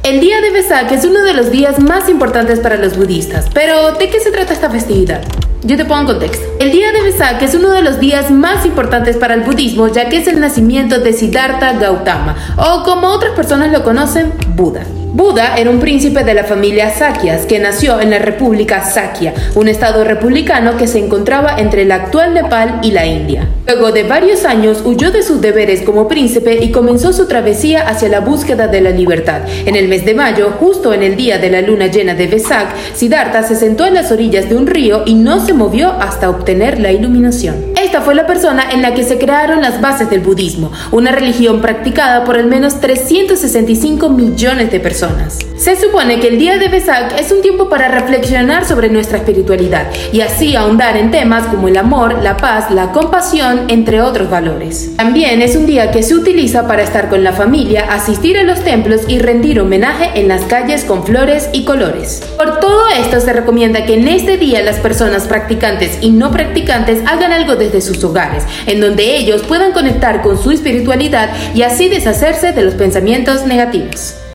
El día de Vesak es uno de los días más importantes para los budistas, pero ¿de qué se trata esta festividad? Yo te pongo en contexto. El día de Vesak es uno de los días más importantes para el budismo, ya que es el nacimiento de Siddhartha Gautama, o como otras personas lo conocen, Buda. Buda era un príncipe de la familia Sakyas que nació en la República Sakya, un estado republicano que se encontraba entre el actual Nepal y la India. Luego de varios años huyó de sus deberes como príncipe y comenzó su travesía hacia la búsqueda de la libertad. En el mes de mayo, justo en el día de la luna llena de Vesak, Siddhartha se sentó en las orillas de un río y no se movió hasta obtener la iluminación. Esta fue la persona en la que se crearon las bases del budismo, una religión practicada por al menos 365 millones de personas. Se supone que el día de Vesak es un tiempo para reflexionar sobre nuestra espiritualidad y así ahondar en temas como el amor, la paz, la compasión, entre otros valores. También es un día que se utiliza para estar con la familia, asistir a los templos y rendir homenaje en las calles con flores y colores. Por todo esto se recomienda que en este día las personas practicantes y no practicantes hagan algo desde sus hogares, en donde ellos puedan conectar con su espiritualidad y así deshacerse de los pensamientos negativos.